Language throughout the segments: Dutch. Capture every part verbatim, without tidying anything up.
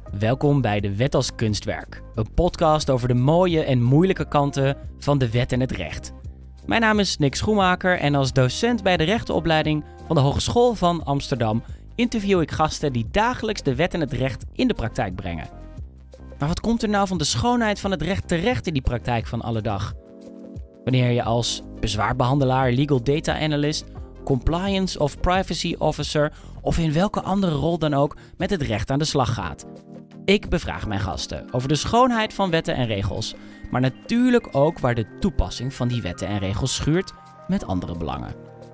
Welkom bij De Wet als Kunstwerk, een podcast over de mooie en moeilijke kanten van de wet en het recht. Mijn naam is Nick Schoenmaker en als docent bij de rechtenopleiding van de Hogeschool van Amsterdam interview ik gasten die dagelijks de wet en het recht in de praktijk brengen. Maar wat komt er nou van de schoonheid van het recht terecht in die praktijk van alle dag? Wanneer je als bezwaarbehandelaar, legal data analyst, compliance of privacy officer of in welke andere rol dan ook met het recht aan de slag gaat. Ik bevraag mijn gasten over de schoonheid van wetten en regels, maar natuurlijk ook waar de toepassing van die wetten en regels schuurt met andere belangen.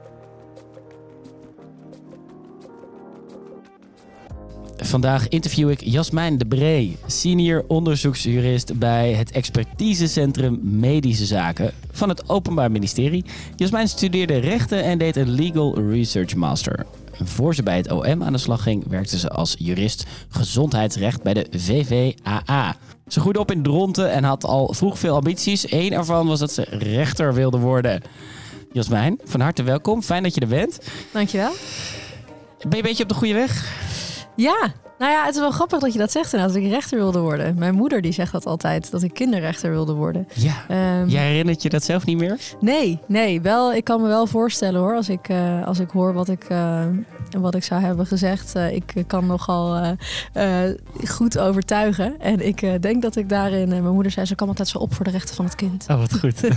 Vandaag interview ik Jasmijn de Bree, senior onderzoeksjurist bij het expertisecentrum Medische Zaken van het Openbaar Ministerie. Jasmijn studeerde rechten en deed een Legal Research Master. Voor ze bij het O M aan de slag ging, werkte ze als jurist gezondheidsrecht bij de V V A A. Ze groeide op in Dronten en had al vroeg veel ambities. Eén ervan was dat ze rechter wilde worden. Jasmijn, van harte welkom. Fijn dat je er bent. Dankjewel. Ben je een beetje op de goede weg? Ja, nou ja, het is wel grappig dat je dat zegt inderdaad, dat ik rechter wilde worden. Mijn moeder die zegt dat altijd, dat ik kinderrechter wilde worden. Ja, um, jij herinnert je dat zelf niet meer? Nee, nee, wel, ik kan me wel voorstellen hoor, als ik, uh, als ik hoor wat ik, uh, wat ik zou hebben gezegd. Uh, ik kan nogal uh, uh, goed overtuigen. En ik uh, denk dat ik daarin, uh, mijn moeder zei, ze kwam altijd zo op voor de rechten van het kind. Oh, wat goed.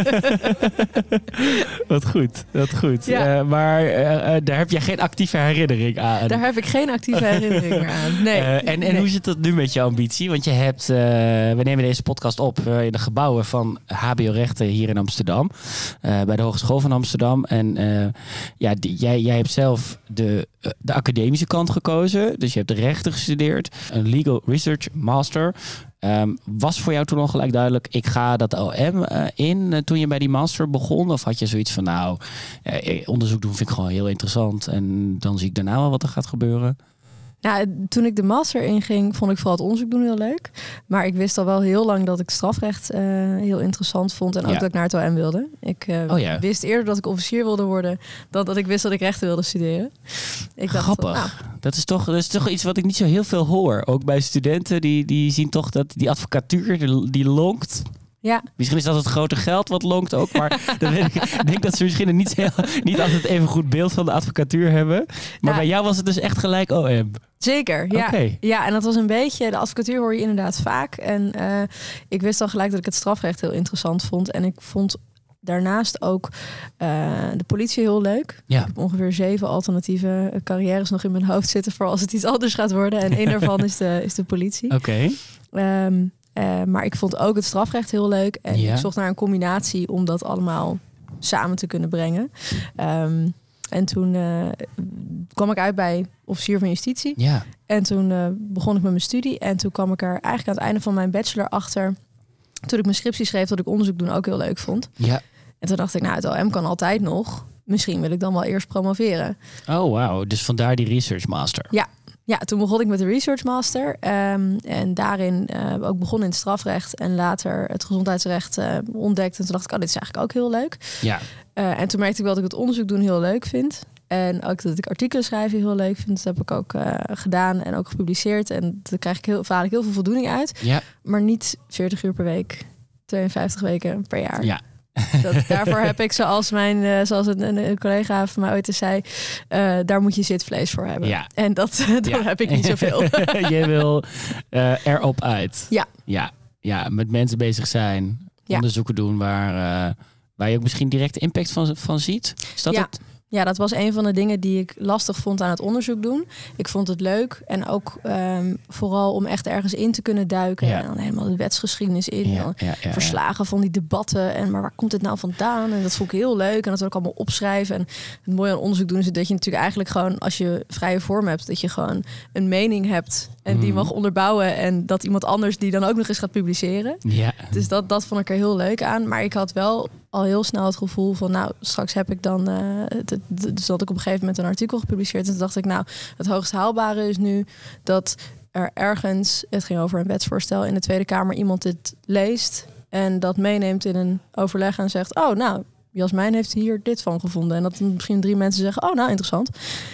Wat goed, wat goed. Ja. Uh, maar uh, uh, daar heb je geen actieve herinnering aan. Daar heb ik geen actieve herinnering meer aan. Nee. Uh, en en nee. hoe zit dat nu met je ambitie? Want je hebt, uh, we nemen deze podcast op uh, in de gebouwen van H B O Rechten hier in Amsterdam. Uh, bij de Hogeschool van Amsterdam. En uh, ja, die, jij, jij hebt zelf de, uh, de academische kant gekozen. Dus je hebt de rechten gestudeerd. Een Legal Research Master. Um, was voor jou toen al gelijk duidelijk, ik ga dat O M uh, in uh, toen je bij die master begon? Of had je zoiets van, nou, uh, onderzoek doen vind ik gewoon heel interessant. En dan zie ik daarna wel wat er gaat gebeuren. Nou, toen ik de master inging, vond ik vooral het onderzoek doen heel leuk. Maar ik wist al wel heel lang dat ik strafrecht uh, heel interessant vond. En ook ja. dat ik naar het O M wilde. Ik uh, oh, ja. wist eerder dat ik officier wilde worden dan dat ik wist dat ik rechten wilde studeren. Ik dacht, grappig. Nou, dat, is toch, dat is toch iets wat ik niet zo heel veel hoor. Ook bij studenten, die, die zien toch dat die advocatuur, die, die lonkt. Ja. Misschien is dat het grote geld wat lonkt ook. Maar dan weet ik, ik denk dat ze misschien een niet, heel, niet altijd even goed beeld van de advocatuur hebben. Maar ja. bij jou was het dus echt gelijk O M. Zeker, ja. Okay. Ja, en dat was een beetje, de advocatuur hoor je inderdaad vaak. En uh, ik wist al gelijk dat ik het strafrecht heel interessant vond. En ik vond daarnaast ook uh, de politie heel leuk. Ja. Ik heb ongeveer zeven alternatieve carrières nog in mijn hoofd zitten voor als het iets anders gaat worden. En één daarvan is de, is de politie. Oké. Okay. Um, Uh, maar ik vond ook het strafrecht heel leuk. En ja. ik zocht naar een combinatie om dat allemaal samen te kunnen brengen. Um, en toen uh, kwam ik uit bij officier van justitie. Ja. En toen uh, begon ik met mijn studie. En toen kwam ik er eigenlijk aan het einde van mijn bachelor achter, toen ik mijn scriptie schreef, dat ik onderzoek doen ook heel leuk vond. Ja. En toen dacht ik, nou, het O M kan altijd nog. Misschien wil ik dan wel eerst promoveren. Oh, wauw. Dus vandaar die research master. Ja. Ja, toen begon ik met de Research Master. Um, en daarin uh, ook begonnen in het strafrecht. En later het gezondheidsrecht uh, ontdekt. En toen dacht ik, oh, dit is eigenlijk ook heel leuk. Ja. Uh, en toen merkte ik wel dat ik het onderzoek doen heel leuk vind. En ook dat ik artikelen schrijven heel leuk vind. Dat heb ik ook uh, gedaan en ook gepubliceerd. En daar krijg ik heel, vaak heel veel voldoening uit. Ja. Maar niet veertig uur per week. tweeënvijftig weken per jaar. Ja. Dat, daarvoor heb ik, zoals, mijn, uh, zoals een, een, een collega van mij ooit eens zei, uh, daar moet je zitvlees voor hebben. Ja. En dat, dat ja. heb ik niet zoveel. Je wil uh, erop uit. Ja. Ja. Ja, met mensen bezig zijn. Ja. Onderzoeken doen waar, uh, waar je ook misschien direct impact van, van ziet. Is dat ja. het? Ja, dat was een van de dingen die ik lastig vond aan het onderzoek doen. Ik vond het leuk en ook um, vooral om echt ergens in te kunnen duiken. Ja. En dan helemaal de wetsgeschiedenis in. Ja, ja, ja, verslagen ja. van die debatten. En maar waar komt dit nou vandaan? En dat vond ik heel leuk. En dat wil ik allemaal opschrijven. En het mooie aan onderzoek doen is dat je natuurlijk eigenlijk gewoon, als je vrije vorm hebt, dat je gewoon een mening hebt en die mag onderbouwen. En dat iemand anders die dan ook nog eens gaat publiceren. Ja. Dus dat, dat vond ik er heel leuk aan. Maar ik had wel al heel snel het gevoel van, nou, straks heb ik dan, uh, het, dus dat ik op een gegeven moment een artikel gepubliceerd. En toen dacht ik, nou, het hoogst haalbare is nu dat er ergens, het ging over een wetsvoorstel in de Tweede Kamer, iemand dit leest en dat meeneemt in een overleg en zegt, oh, nou, Jasmijn heeft hier dit van gevonden. En dat misschien drie mensen zeggen, oh, nou, interessant.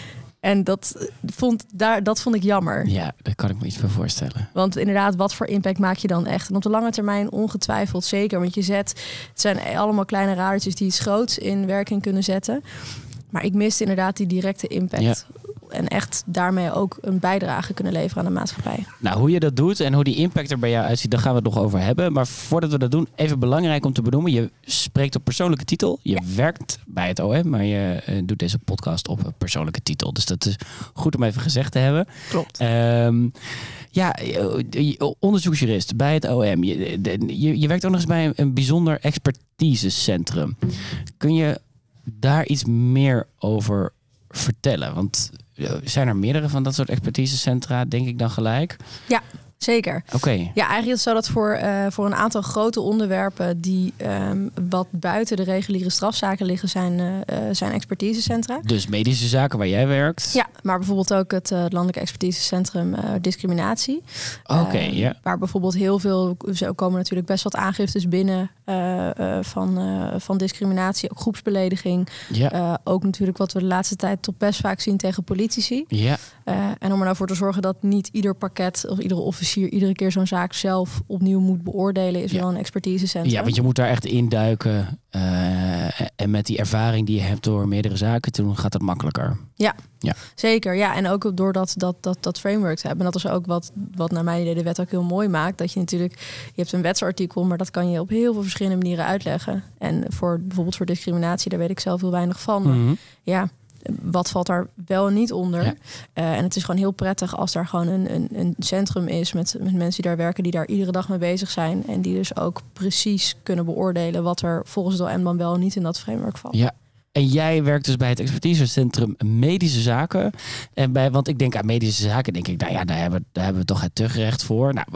En dat vond, daar, dat vond ik jammer. Ja, daar kan ik me iets bij voorstellen. Want inderdaad, wat voor impact maak je dan echt? En op de lange termijn ongetwijfeld zeker. Want je zet, het zijn allemaal kleine radertjes die iets groots in werking kunnen zetten. Maar ik miste inderdaad die directe impact. Ja. En echt daarmee ook een bijdrage kunnen leveren aan de maatschappij. Nou, hoe je dat doet en hoe die impact er bij jou uitziet, daar gaan we het nog over hebben. Maar voordat we dat doen, even belangrijk om te benoemen. Je spreekt op persoonlijke titel. Je ja. werkt bij het O M, maar je uh, doet deze podcast op een persoonlijke titel. Dus dat is goed om even gezegd te hebben. Klopt. Um, ja, onderzoeksjurist bij het O M. Je, je, je werkt ook nog eens bij een, een bijzonder expertisecentrum. Kun je daar iets meer over vertellen? Want zijn er meerdere van dat soort expertisecentra, denk ik dan gelijk? Ja, zeker. Oké. Okay. Ja, eigenlijk is het zo dat voor, uh, voor een aantal grote onderwerpen die um, wat buiten de reguliere strafzaken liggen, zijn, uh, zijn expertisecentra. Dus medische zaken waar jij werkt? Ja, maar bijvoorbeeld ook het uh, Landelijk Expertisecentrum uh, Discriminatie. Oké, okay, uh, ja. Waar bijvoorbeeld heel veel, zo komen natuurlijk best wat aangiftes binnen uh, uh, van, uh, van discriminatie, ook groepsbelediging. Ja. Uh, ook natuurlijk wat we de laatste tijd toch best vaak zien tegen politici. Ja. Uh, en om er nou voor te zorgen dat niet ieder pakket of iedere officier iedere keer zo'n zaak zelf opnieuw moet beoordelen, is ja. wel een expertisecentrum. Ja, want je moet daar echt induiken. Uh, en met die ervaring die je hebt door meerdere zaken, toen gaat het makkelijker. Ja, ja. zeker. Ja, en ook door dat, dat, dat, dat framework te hebben. En dat is ook wat, wat naar mijn idee de wet ook heel mooi maakt. Dat je natuurlijk, je hebt een wetsartikel, maar dat kan je op heel veel verschillende manieren uitleggen. En voor bijvoorbeeld voor discriminatie, daar weet ik zelf heel weinig van. Mm-hmm. Ja. Wat valt daar wel en niet onder? Ja. Uh, en het is gewoon heel prettig als daar gewoon een, een, een centrum is met, met mensen die daar werken, die daar iedere dag mee bezig zijn. En die dus ook precies kunnen beoordelen wat er volgens het O M dan wel en niet in dat framework valt. Ja. En jij werkt dus bij het expertisecentrum medische zaken. En bij, want ik denk aan medische zaken, denk ik, nou ja, daar hebben, daar hebben we toch het tuchtrecht voor. Nou,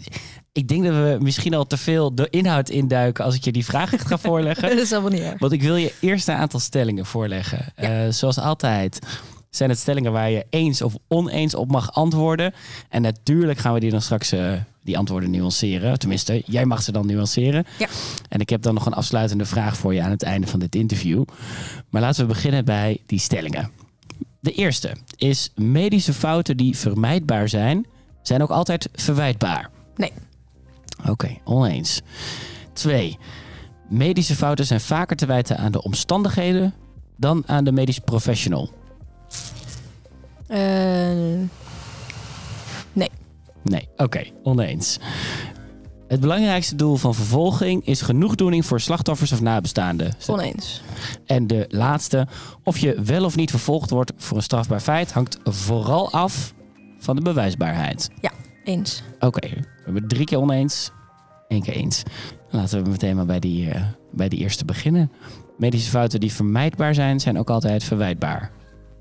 ik denk dat we misschien al te veel de inhoud induiken als ik je die vraag echt ga voorleggen. Dat is helemaal niet erg. Want ik wil je eerst een aantal stellingen voorleggen. Ja. Uh, zoals altijd zijn het stellingen waar je eens of oneens op mag antwoorden. En natuurlijk gaan we die dan straks uh, die antwoorden nuanceren. Tenminste, jij mag ze dan nuanceren. Ja. En ik heb dan nog een afsluitende vraag voor je aan het einde van dit interview. Maar laten we beginnen bij die stellingen. De eerste is: medische fouten die vermijdbaar zijn, zijn ook altijd verwijtbaar. Nee. Oké, okay, oneens. Twee. Medische fouten zijn vaker te wijten aan de omstandigheden dan aan de medische professional. Uh, nee. Nee, oké, okay, oneens. Het belangrijkste doel van vervolging is genoegdoening voor slachtoffers of nabestaanden. Oneens. En de laatste: of je wel of niet vervolgd wordt voor een strafbaar feit hangt vooral af van de bewijsbaarheid. Ja, eens. Oké, okay, we hebben drie keer oneens, één keer eens. Laten we meteen maar bij die, uh, bij die eerste beginnen. Medische fouten die vermijdbaar zijn, zijn ook altijd verwijtbaar.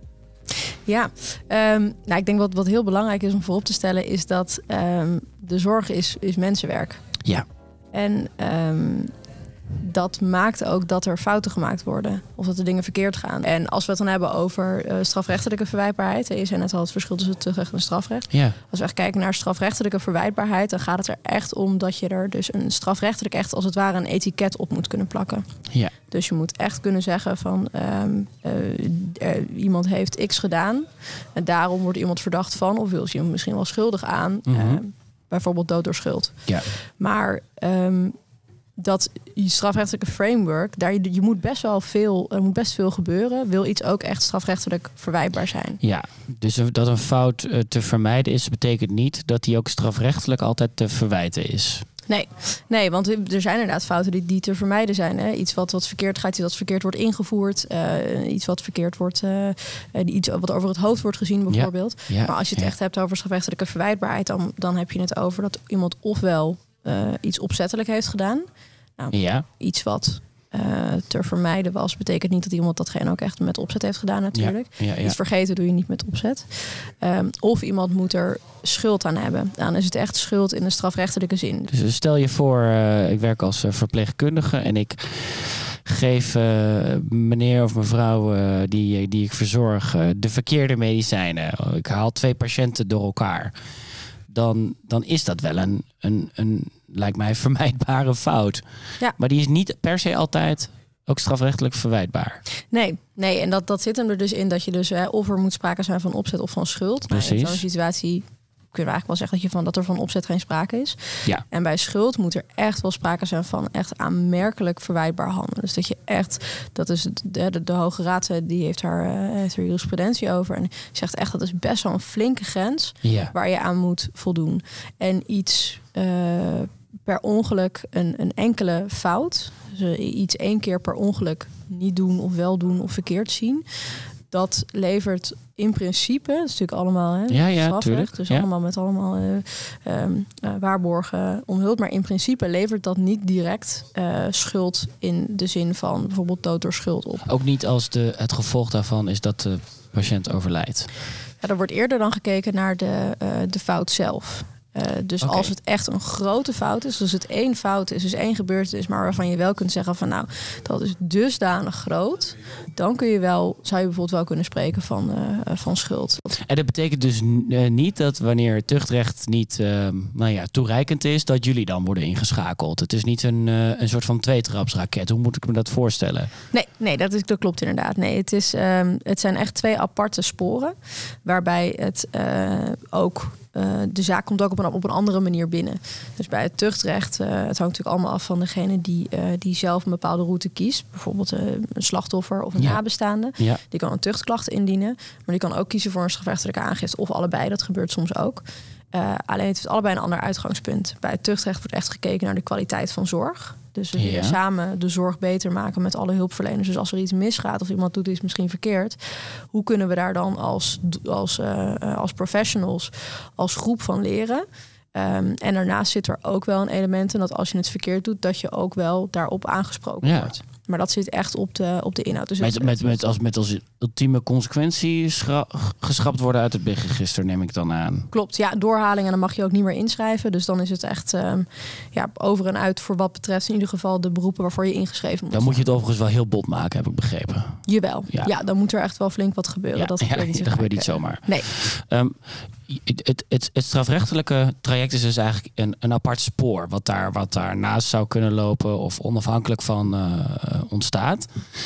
Ja, um, nou, ik denk wat, wat heel belangrijk is om voorop te stellen, is dat um, de zorg is, is mensenwerk. Ja. En um, dat maakt ook dat er fouten gemaakt worden. Of dat er dingen verkeerd gaan. En als we het dan hebben over uh, strafrechtelijke verwijtbaarheid. Je zei net al het verschil tussen het tuchtrecht en strafrecht. Ja. Als we echt kijken naar strafrechtelijke verwijtbaarheid, dan gaat het er echt om dat je er dus een strafrechtelijk echt als het ware een etiket op moet kunnen plakken. Ja. Dus je moet echt kunnen zeggen van um, uh, uh, iemand heeft X gedaan. En daarom wordt iemand verdacht van, of wil je hem misschien wel schuldig aan. Mm-hmm. Uh, bijvoorbeeld dood door schuld. Ja. Maar um, dat je strafrechtelijke framework, daar je, je moet best wel veel, er moet best veel gebeuren. Wil iets ook echt strafrechtelijk verwijtbaar zijn? Ja, dus dat een fout uh, te vermijden is, betekent niet dat die ook strafrechtelijk altijd te verwijten is. Nee, nee, want er zijn inderdaad fouten die, die te vermijden zijn. Hè? Iets wat, wat verkeerd gaat, iets wat verkeerd wordt ingevoerd. Uh, iets wat verkeerd wordt, uh, iets wat over het hoofd wordt gezien bijvoorbeeld. Ja, ja, maar als je het ja. echt hebt over strafrechtelijke verwijtbaarheid, dan, dan heb je het over dat iemand ofwel uh, iets opzettelijk heeft gedaan. Nou, ja. Iets wat uh, te vermijden was, betekent niet dat iemand datgene ook echt met opzet heeft gedaan natuurlijk. Ja, ja, ja. Iets vergeten doe je niet met opzet. Um, of iemand moet er schuld aan hebben. Dan is het echt schuld in de strafrechtelijke zin. Dus stel je voor, uh, ik werk als uh, verpleegkundige en ik geef uh, meneer of mevrouw uh, die, die ik verzorg uh, de verkeerde medicijnen. Ik haal twee patiënten door elkaar. Dan, dan is dat wel een, een, een, lijkt mij, vermijdbare fout. Ja. Maar die is niet per se altijd ook strafrechtelijk verwijtbaar? Nee, nee. En dat, dat zit hem er dus in dat je dus... Hè, of er moet sprake zijn van opzet of van schuld. Precies. Nou, in zo'n situatie kunnen we eigenlijk wel zeggen dat, je van, dat er van opzet geen sprake is. Ja. En bij schuld moet er echt wel sprake zijn van echt aanmerkelijk verwijtbaar handelen. Dus dat je echt, dat is de, de, de Hoge Raad, die heeft haar, uh, heeft haar jurisprudentie over. En die zegt echt, dat is best wel een flinke grens ja. waar je aan moet voldoen. En iets uh, per ongeluk, een, een enkele fout, dus uh, iets één keer per ongeluk niet doen of wel doen of verkeerd zien, dat levert in principe, dat is natuurlijk allemaal hè, ja, ja, strafrecht, dus ja. allemaal met allemaal uh, um, uh, waarborgen omhuld. Maar in principe levert dat niet direct uh, schuld in de zin van bijvoorbeeld dood door schuld op. Ook niet als de, het gevolg daarvan is dat de patiënt overlijdt. Ja, er wordt eerder dan gekeken naar de, uh, de fout zelf. Uh, dus okay. als het echt een grote fout is, dus het één fout is, dus één gebeurtenis, maar waarvan je wel kunt zeggen van nou, dat is dusdanig groot, dan kun je wel, zou je bijvoorbeeld wel kunnen spreken van, uh, van schuld. En dat betekent dus uh, niet dat wanneer tuchtrecht niet uh, nou ja, toereikend is, dat jullie dan worden ingeschakeld. Het is niet een, uh, een soort van tweetrapsraket. Hoe moet ik me dat voorstellen? Nee, nee dat, is, dat klopt inderdaad. Nee, het, is, um, het zijn echt twee aparte sporen, waarbij het uh, ook Uh, de zaak komt ook op een, op een andere manier binnen. Dus bij het tuchtrecht, uh, het hangt natuurlijk allemaal af van degene die, uh, die zelf een bepaalde route kiest. Bijvoorbeeld uh, een slachtoffer of een ja. nabestaande. Ja. Die kan een tuchtklacht indienen. Maar die kan ook kiezen voor een strafrechtelijke aangifte. Of allebei, dat gebeurt soms ook. Uh, alleen het heeft allebei een ander uitgangspunt. Bij het tuchtrecht wordt echt gekeken naar de kwaliteit van zorg. Dus we ja. samen de zorg beter maken met alle hulpverleners. Dus als er iets misgaat of iemand doet iets misschien verkeerd, hoe kunnen we daar dan als, als, uh, als professionals, als groep van leren? Um, en daarnaast zit er ook wel een element in dat als je het verkeerd doet, dat je ook wel daarop aangesproken ja. wordt. Maar dat zit echt op de, op de inhoud. Dus met, het, met, met, als, met als ultieme consequentie schra- geschrapt worden uit het B I G-register, neem ik dan aan. Klopt, ja, doorhaling en dan mag je ook niet meer inschrijven. Dus dan is het echt um, ja, over en uit voor wat betreft in ieder geval de beroepen waarvoor je ingeschreven moet. Dan moet je het overigens wel heel bot maken, heb ik begrepen. Jawel, ja, ja dan moet er echt wel flink wat gebeuren. Ja, dat ja, gebeurt niet, dat gebeurt niet zomaar. Nee. Um, het, het, het, het strafrechtelijke traject is dus eigenlijk een, een apart spoor, wat daar, wat daar naast zou kunnen lopen of onafhankelijk van uh, ontstaat.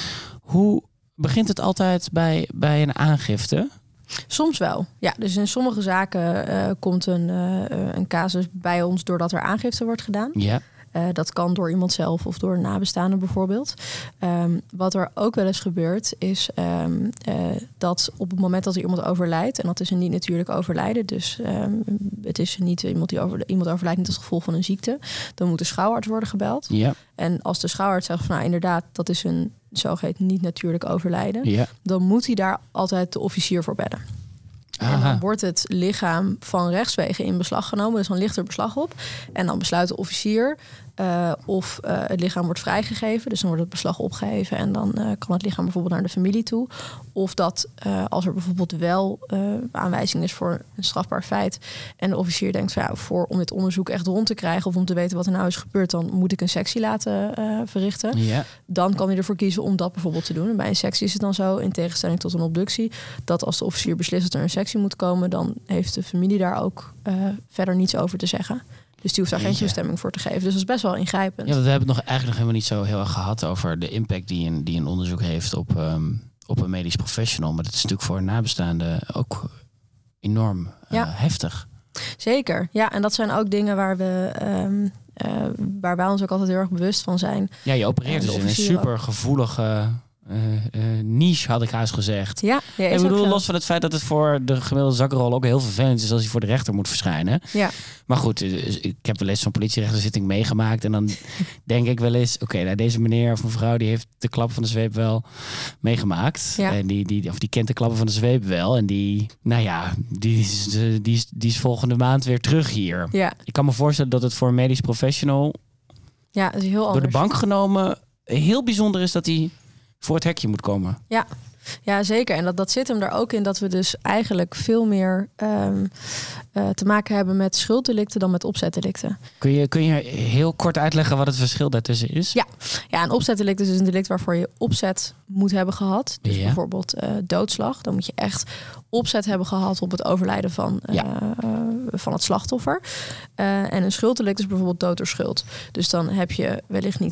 Hoe begint het altijd bij, bij een aangifte? Soms wel. Ja, dus in sommige zaken uh, komt een, uh, een casus bij ons doordat er aangifte wordt gedaan. Ja. Uh, dat kan door iemand zelf of door een nabestaande bijvoorbeeld. Um, wat er ook wel eens gebeurt is um, uh, dat op het moment dat er iemand overlijdt, en dat is een niet natuurlijk overlijden, dus um, het is niet iemand die over, iemand overlijdt niet als gevolg van een ziekte, dan moet de schouwarts worden gebeld. Ja. En als de schouwarts zegt van nou inderdaad, dat is een zogeheten niet natuurlijk overlijden, ja. dan moet hij daar altijd de officier voor bellen. Aha. En dan wordt het lichaam van rechtswege in beslag genomen. Dus dan ligt er beslag op. En dan besluit de officier uh, of uh, het lichaam wordt vrijgegeven. Dus dan wordt het beslag opgeheven. En dan uh, kan het lichaam bijvoorbeeld naar de familie toe. Of dat uh, als er bijvoorbeeld wel uh, aanwijzing is voor een strafbaar feit. En de officier denkt van ja, voor, om dit onderzoek echt rond te krijgen. Of om te weten wat er nou is gebeurd. Dan moet ik een sectie laten uh, verrichten. Ja. Dan kan hij ervoor kiezen om dat bijvoorbeeld te doen. En bij een sectie is het dan zo, in tegenstelling tot een obductie, dat als de officier beslist dat er een sectie moet komen, dan heeft de familie daar ook uh, verder niets over te zeggen. Dus die hoeft daar geen toestemming voor te geven. Dus dat is best wel ingrijpend. Ja, want we hebben het nog eigenlijk nog helemaal niet zo heel erg gehad over de impact die een, die een onderzoek heeft op, um, op een medisch professional. Maar dat is natuurlijk voor een nabestaande ook enorm uh, ja. heftig. Zeker, ja. En dat zijn ook dingen waar we um, uh, waar wij ons ook altijd heel erg bewust van zijn. Ja, je opereert dus in een super gevoelige Uh, uh, niche, had ik haast gezegd. Ja, ja, ik bedoel, los van het feit dat het voor de gemiddelde zakkenrol ook heel vervelend is als hij voor de rechter moet verschijnen. Ja. Maar goed, ik heb wel eens zo'n politierechterzitting meegemaakt en dan denk ik wel eens, oké, okay, nou, deze meneer of mevrouw die heeft de klap van de zweep wel meegemaakt. Ja. En die, die, of die kent de klappen van de zweep wel. En die, nou ja, die is, die is, die is volgende maand weer terug hier. Ja. Ik kan me voorstellen dat het voor een medisch professional ja, dat is heel anders. Door de bank genomen heel bijzonder is dat hij voor het hekje moet komen. Ja, ja zeker. En dat, dat zit hem er ook in dat we dus eigenlijk veel meer um, uh, te maken hebben met schulddelicten dan met opzetdelicten. Kun je, kun je heel kort uitleggen wat het verschil daartussen is? Ja, ja een opzetdelict is dus een delict waarvoor je opzet moet hebben gehad. Dus ja. bijvoorbeeld uh, doodslag. Dan moet je echt opzet hebben gehad op het overlijden van, uh, ja. uh, van het slachtoffer. Uh, en een schulddelict is bijvoorbeeld dood door schuld. Dus dan heb je wellicht niet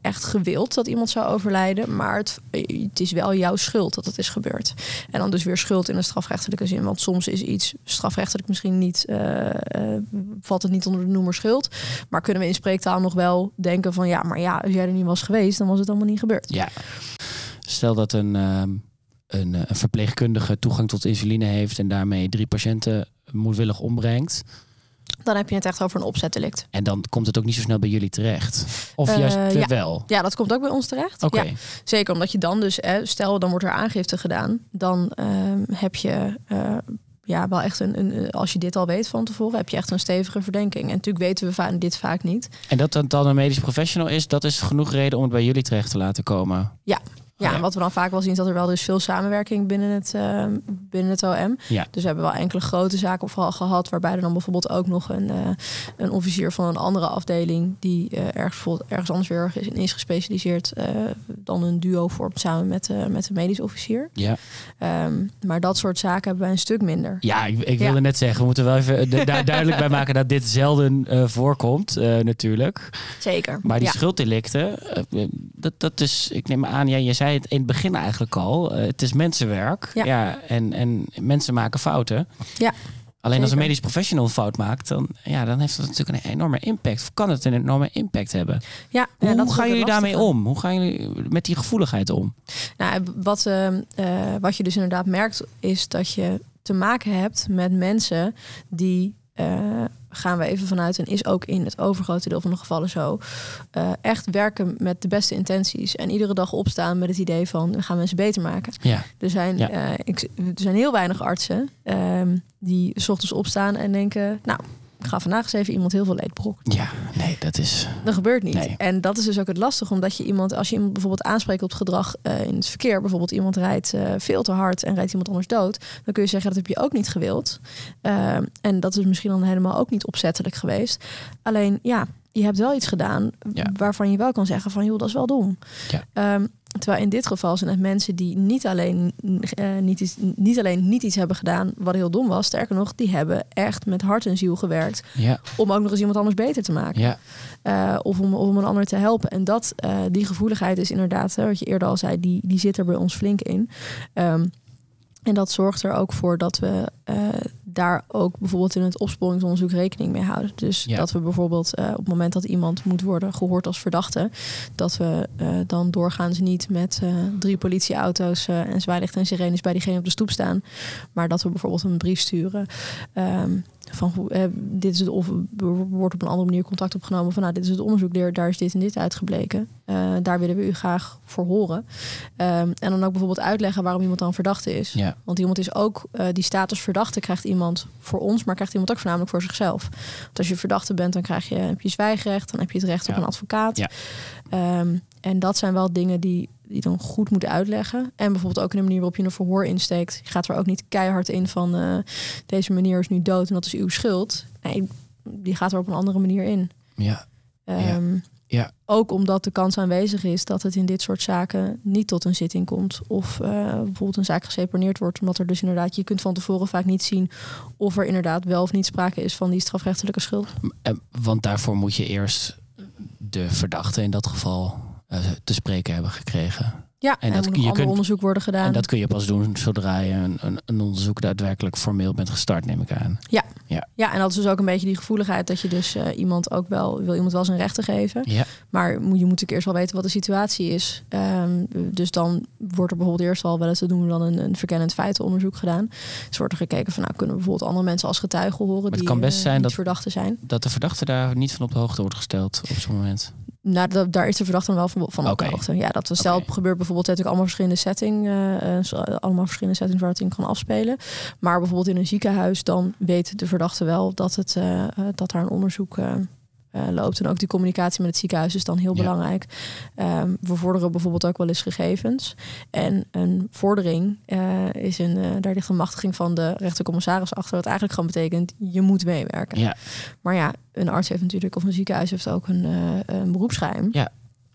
echt gewild dat iemand zou overlijden. Maar het, het is wel jouw schuld dat het is gebeurd. En dan dus weer schuld in een strafrechtelijke zin. Want soms is iets strafrechtelijk misschien niet... Uh, uh, valt het niet onder de noemer schuld. Maar kunnen we in spreektaal nog wel denken van... ja, maar ja, als jij er niet was geweest, dan was het allemaal niet gebeurd. Ja. Stel dat een, um, een, een verpleegkundige toegang tot insuline heeft... en daarmee drie patiënten moedwillig ombrengt... Dan heb je het echt over een opzetdelict. En dan komt het ook niet zo snel bij jullie terecht? Of uh, juist ja. wel? Ja, dat komt ook bij ons terecht. Okay. Ja, zeker omdat je dan dus... Eh, stel, dan wordt er aangifte gedaan. Dan uh, heb je... Uh, ja, wel echt een, een... Als je dit al weet van tevoren... heb je echt een stevige verdenking. En natuurlijk weten we va- dit vaak niet. En dat het dan een medisch professional is... dat is genoeg reden om het bij jullie terecht te laten komen? Ja. Ja, oh ja, en wat we dan vaak wel zien is dat er wel dus veel samenwerking binnen het, uh, binnen het O M. Ja. Dus we hebben wel enkele grote zaken vooral gehad, waarbij er dan bijvoorbeeld ook nog een, uh, een officier van een andere afdeling, die uh, ergens, bijvoorbeeld ergens anders weer is, is gespecialiseerd, uh, dan een duo vormt samen met, uh, met de medisch officier. Ja. Um, maar dat soort zaken hebben wij een stuk minder. Ja, ik, ik wilde ja. net zeggen, we moeten wel even du- duidelijk bij maken dat dit zelden uh, voorkomt, uh, natuurlijk. Zeker. Maar die ja. schulddelicten, uh, dat, dat is, ik neem aan, ja, je zei het in het begin eigenlijk al. Uh, het is mensenwerk. Ja. ja en, en mensen maken fouten. Ja. Alleen Zeker. Als een medisch professional een fout maakt, dan, ja, dan heeft dat natuurlijk een enorme impact. Of kan het een enorme impact hebben? Ja, Hoe, ja, dat hoe gaan jullie lastige. daarmee om? Hoe gaan jullie met die gevoeligheid om? Nou, wat, uh, uh, wat je dus inderdaad merkt, is dat je te maken hebt met mensen die... Uh, gaan we even vanuit, en is ook in het overgrote deel van de gevallen zo, uh, echt werken met de beste intenties en iedere dag opstaan met het idee van, we gaan mensen beter maken. Ja. Er zijn, ja. uh, ik, er zijn heel weinig artsen uh, die 's ochtends opstaan en denken, nou, ik ga vandaag eens even iemand heel veel leed berokkenen. Ja, nee, dat is... Dat gebeurt niet. Nee. En dat is dus ook het lastige, omdat je iemand, als je iemand bijvoorbeeld aanspreekt op het gedrag uh, in het verkeer, bijvoorbeeld iemand rijdt uh, veel te hard en rijdt iemand anders dood, dan kun je zeggen, dat heb je ook niet gewild. Uh, en dat is misschien dan helemaal ook niet opzettelijk geweest. Alleen, ja, je hebt wel iets gedaan ja. waarvan je wel kan zeggen van, joh, dat is wel dom. Ja. Um, Terwijl in dit geval zijn het mensen die niet alleen, uh, niet, iets, niet alleen niet iets hebben gedaan wat heel dom was. Sterker nog, die hebben echt met hart en ziel gewerkt. Ja. Om ook nog eens iemand anders beter te maken. Ja. Uh, of, om, of om een ander te helpen. En dat, uh, die gevoeligheid is inderdaad, hè, wat je eerder al zei, die, die zit er bij ons flink in. Um, en dat zorgt er ook voor dat we uh, daar ook bijvoorbeeld in het opsporingsonderzoek rekening mee houden. Dus ja. dat we bijvoorbeeld uh, op het moment dat iemand moet worden gehoord als verdachte, dat we uh, dan doorgaans niet met uh, drie politieauto's uh, en zwaailichten en sirenes bij diegene op de stoep staan. Maar dat we bijvoorbeeld een brief sturen. Um, van uh, dit is het, of er wordt op een andere manier contact opgenomen van nou, dit is het onderzoek, daar, daar is dit en dit uitgebleken. Uh, daar willen we u graag voor horen. Um, en dan ook bijvoorbeeld uitleggen waarom iemand dan verdachte is. Ja. Want iemand is ook, uh, die status verdachte krijgt iemand voor ons, maar krijgt iemand ook voornamelijk voor zichzelf. Want als je verdachte bent, dan krijg je, heb je zwijgrecht, dan heb je het recht ja. op een advocaat. Ja. Um, en dat zijn wel dingen die die dan goed moeten uitleggen. En bijvoorbeeld ook in de manier waarop je een verhoor insteekt. Je gaat er ook niet keihard in van uh, deze meneer is nu dood en dat is uw schuld. Nee, die gaat er op een andere manier in. Ja. Um, ja. ja. Ook omdat de kans aanwezig is dat het in dit soort zaken niet tot een zitting komt. Of uh, bijvoorbeeld een zaak geseponeerd wordt. Omdat er dus inderdaad, je kunt van tevoren vaak niet zien of er inderdaad wel of niet sprake is van die strafrechtelijke schuld. Want daarvoor moet je eerst de verdachte in dat geval te spreken hebben gekregen. Ja, en, en dat, moet nog je kunt, onderzoek worden gedaan. En dat kun je pas doen zodra je een, een, een onderzoek daadwerkelijk formeel bent gestart, neem ik aan. Ja. Ja. ja, en dat is dus ook een beetje die gevoeligheid dat je dus uh, iemand ook wel wil iemand wel zijn rechten geven. Ja. Maar moet, je moet natuurlijk eerst wel weten wat de situatie is. Um, dus dan wordt er bijvoorbeeld eerst al wel eens, dat doen we dan een, een verkennend feitenonderzoek gedaan. Dus wordt er gekeken van nou kunnen we bijvoorbeeld andere mensen als getuigen horen. Maar het die kan best uh, zijn niet dat, verdachte zijn. Dat de verdachte daar niet van op de hoogte wordt gesteld op zo'n moment. Nou, dat, daar is de verdachte dan wel van, van okay. op de hoogte. Ja, dat stel okay. gebeurt bijvoorbeeld natuurlijk allemaal verschillende settings, uh, uh, allemaal verschillende settings waar het in kan afspelen. Maar bijvoorbeeld in een ziekenhuis, dan weet de verdachte wel dat het uh, uh, dat daar een onderzoek uh, uh, loopt. En ook die communicatie met het ziekenhuis is dan heel ja. belangrijk. Um, we vorderen bijvoorbeeld ook wel eens gegevens. En een vordering uh, is een, uh, daar ligt een machtiging van de rechtercommissaris achter. Wat eigenlijk gewoon betekent, je moet meewerken. Ja. Maar ja, een arts heeft natuurlijk, of een ziekenhuis heeft ook een, uh, een beroepsgeheim. Ja.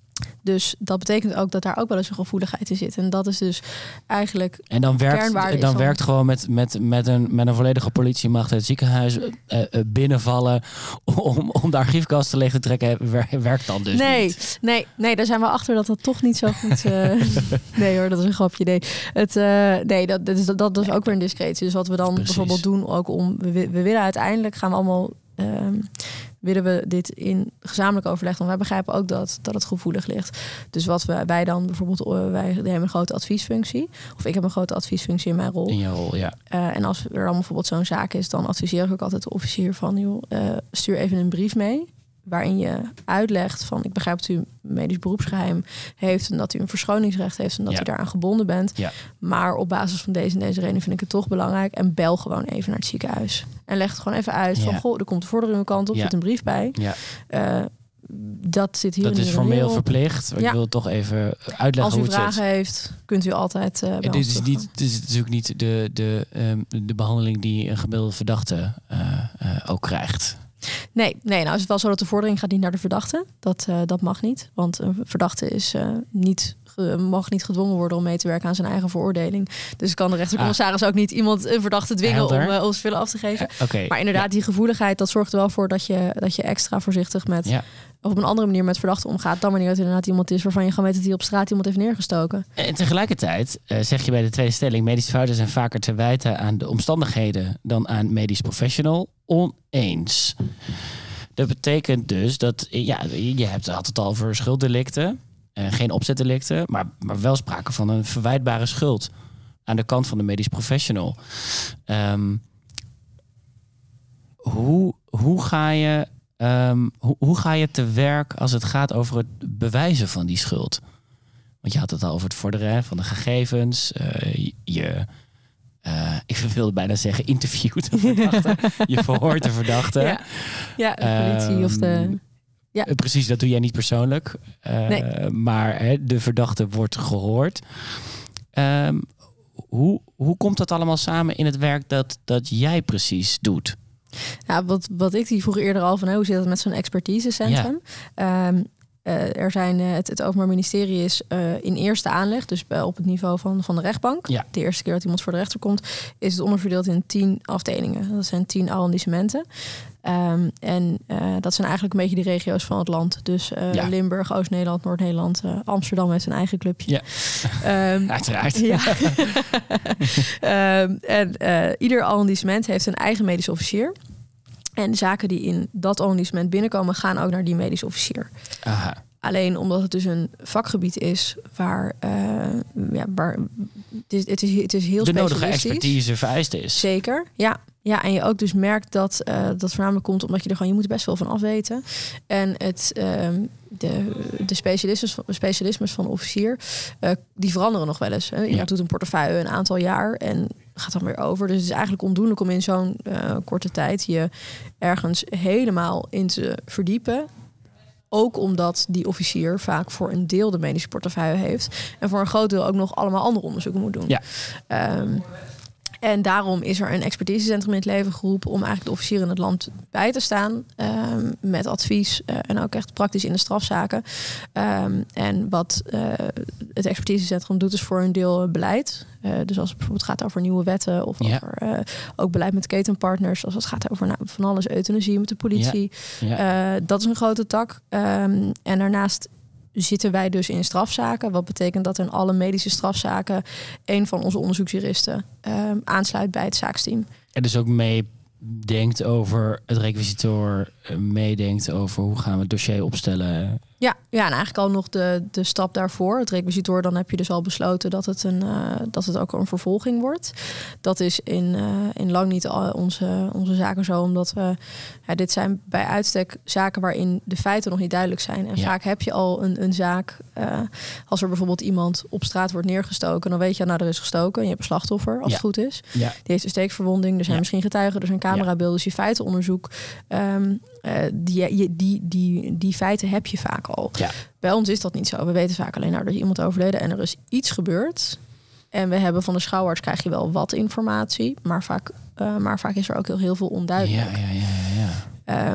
Dus dat betekent ook dat daar ook wel eens een gevoeligheid in zit. En dat is dus eigenlijk. En dan werkt, dan werkt gewoon met, met, met, een, met een volledige politiemacht het ziekenhuis uh, uh, binnenvallen om, om de archiefkast te leeg te trekken. Werkt dan dus nee, niet. Nee, nee, daar zijn we achter dat dat toch niet zo goed. Uh, nee hoor, dat is een grapje. Nee, het, uh, nee dat, dat is, dat, dat is ook weer een discretie. Dus wat we dan Precies. bijvoorbeeld doen, ook om we, we willen uiteindelijk gaan we allemaal. Um, willen we dit in gezamenlijk overleg, want wij begrijpen ook dat, dat het gevoelig ligt. Dus wat we, wij dan bijvoorbeeld, uh, wij hebben een grote adviesfunctie. Of ik heb een grote adviesfunctie in mijn rol. In je rol, ja. Uh, en als er dan bijvoorbeeld zo'n zaak is, dan adviseer ik ook altijd de officier van, joh, uh, stuur even een brief mee. Waarin je uitlegt van, ik begrijp dat u medisch beroepsgeheim heeft en dat u een verschoningsrecht heeft en dat ja. u daaraan gebonden bent. Ja. Maar op basis van deze en deze reden vind ik het toch belangrijk. En bel gewoon even naar het ziekenhuis. En leg het gewoon even uit van, ja. goh, er komt een vordering uw kant op, ja. zit een brief bij. Ja. Uh, dat zit hier dat in is formeel verplicht. Ja. Ik wil het toch even uitleggen Als u hoe het vragen zit. heeft, kunt u altijd uh, Het is, niet, het is natuurlijk niet de, de, um, de behandeling die een gemiddelde verdachte uh, uh, ook krijgt. Nee, nee, nou is het wel zo dat de vordering gaat niet naar de verdachte. Dat, uh, dat mag niet. Want een verdachte is uh, niet, uh, mag niet gedwongen worden om mee te werken aan zijn eigen veroordeling. Dus kan de rechtercommissaris ah. ook niet iemand een verdachte dwingen Helder. om uh, ons willen af te geven. Uh, okay. Maar inderdaad, ja. die gevoeligheid, dat zorgt er wel voor dat je, dat je extra voorzichtig met ja. of op een andere manier met verdachten omgaat. Dan wanneer het inderdaad iemand is waarvan je gewoon weet dat hij op straat iemand heeft neergestoken. En tegelijkertijd uh, zeg je bij de tweede stelling, medische fouten zijn vaker te wijten aan de omstandigheden dan aan medisch professional. Oneens. Dat betekent dus dat, ja, je hebt, had het al over schulddelicten, uh, geen opzetdelicten, maar, maar wel sprake van een verwijtbare schuld aan de kant van de medisch professional. Um, hoe, hoe ga je Um, hoe, hoe ga je te werk als het gaat over het bewijzen van die schuld? Want je had het al over het vorderen van de gegevens. Uh, je, uh, ik wilde bijna zeggen, interviewt de verdachte. Je verhoort de verdachte. Ja, ja de politie um, of de... Ja. Precies, dat doe jij niet persoonlijk. Uh, nee. Maar hè, de verdachte wordt gehoord. Um, hoe, hoe komt dat allemaal samen in het werk dat, dat jij precies doet? Ja, wat, wat ik die vroeger eerder al van, hè, hoe zit het met zo'n expertisecentrum? Ja. Um, uh, er zijn, uh, het, het Openbaar Ministerie is uh, in eerste aanleg, dus uh, op het niveau van, van de rechtbank. Ja. De eerste keer dat iemand voor de rechter komt, is het onderverdeeld in tien afdelingen. Dat zijn tien arrondissementen. Um, en uh, dat zijn eigenlijk een beetje de regio's van het land. Dus uh, ja. Limburg, Oost-Nederland, Noord-Nederland, uh, Amsterdam heeft een eigen clubje. Ja. Um, Uiteraard. Ja. um, en uh, ieder arrondissement heeft een eigen medisch officier. En de zaken die in dat arrondissement binnenkomen, gaan ook naar die medisch officier. Aha. Alleen omdat het dus een vakgebied is waar, uh, ja, waar het, is, het, is, het is heel de specialistisch. nodige expertise vereist is. Zeker, ja. Ja, en je ook dus merkt dat uh, dat voornamelijk komt omdat je er gewoon, je moet er best wel van afweten. En het, uh, de, de specialismes, specialismes van de officier, uh, die veranderen nog wel eens. Hè. Iemand ja. doet een portefeuille een aantal jaar en gaat dan weer over. Dus het is eigenlijk ondoenlijk om in zo'n uh, korte tijd je ergens helemaal in te verdiepen. Ook omdat die officier vaak voor een deel de medische portefeuille heeft. En voor een groot deel ook nog allemaal andere onderzoeken moet doen. Ja. Um, En daarom is er een expertisecentrum in het leven geroepen om eigenlijk de officier in het land bij te staan. Um, met advies uh, en ook echt praktisch in de strafzaken. Um, en wat uh, het expertisecentrum doet is voor een deel beleid. Uh, dus als het bijvoorbeeld gaat over nieuwe wetten of ja. over uh, ook beleid met ketenpartners. Als het gaat over nou, van alles, euthanasie met de politie. Ja. Ja. Uh, dat is een grote tak. Um, en daarnaast zitten wij dus in strafzaken. Wat betekent dat in alle medische strafzaken een van onze onderzoeksjuristen uh, aansluit bij het zaaksteam. En dus ook meedenkt over het requisitor, meedenkt over hoe gaan we het dossier opstellen. Ja, ja, en eigenlijk al nog de, de stap daarvoor. Het requisitor, dan heb je dus al besloten dat het, een, uh, dat het ook een vervolging wordt. Dat is in, uh, in lang niet al onze, onze zaken zo, omdat we, ja, dit zijn bij uitstek zaken waarin de feiten nog niet duidelijk zijn. En ja. vaak heb je al een, een zaak, uh, als er bijvoorbeeld iemand op straat wordt neergestoken, dan weet je, nou, er is gestoken en je hebt een slachtoffer, als ja. het goed is. Ja. Die heeft een steekverwonding, er zijn ja. misschien getuigen, er zijn camerabeelden, dus je feitenonderzoek. Um, Uh, die, die, die, die feiten heb je vaak al. Ja. Bij ons is dat niet zo. We weten vaak alleen, nou, er is iemand overleden en er is iets gebeurd. En we hebben van de schouwarts krijg je wel wat informatie, maar vaak, uh, maar vaak is er ook heel, heel veel onduidelijk. Ja, ja, ja, ja. Um,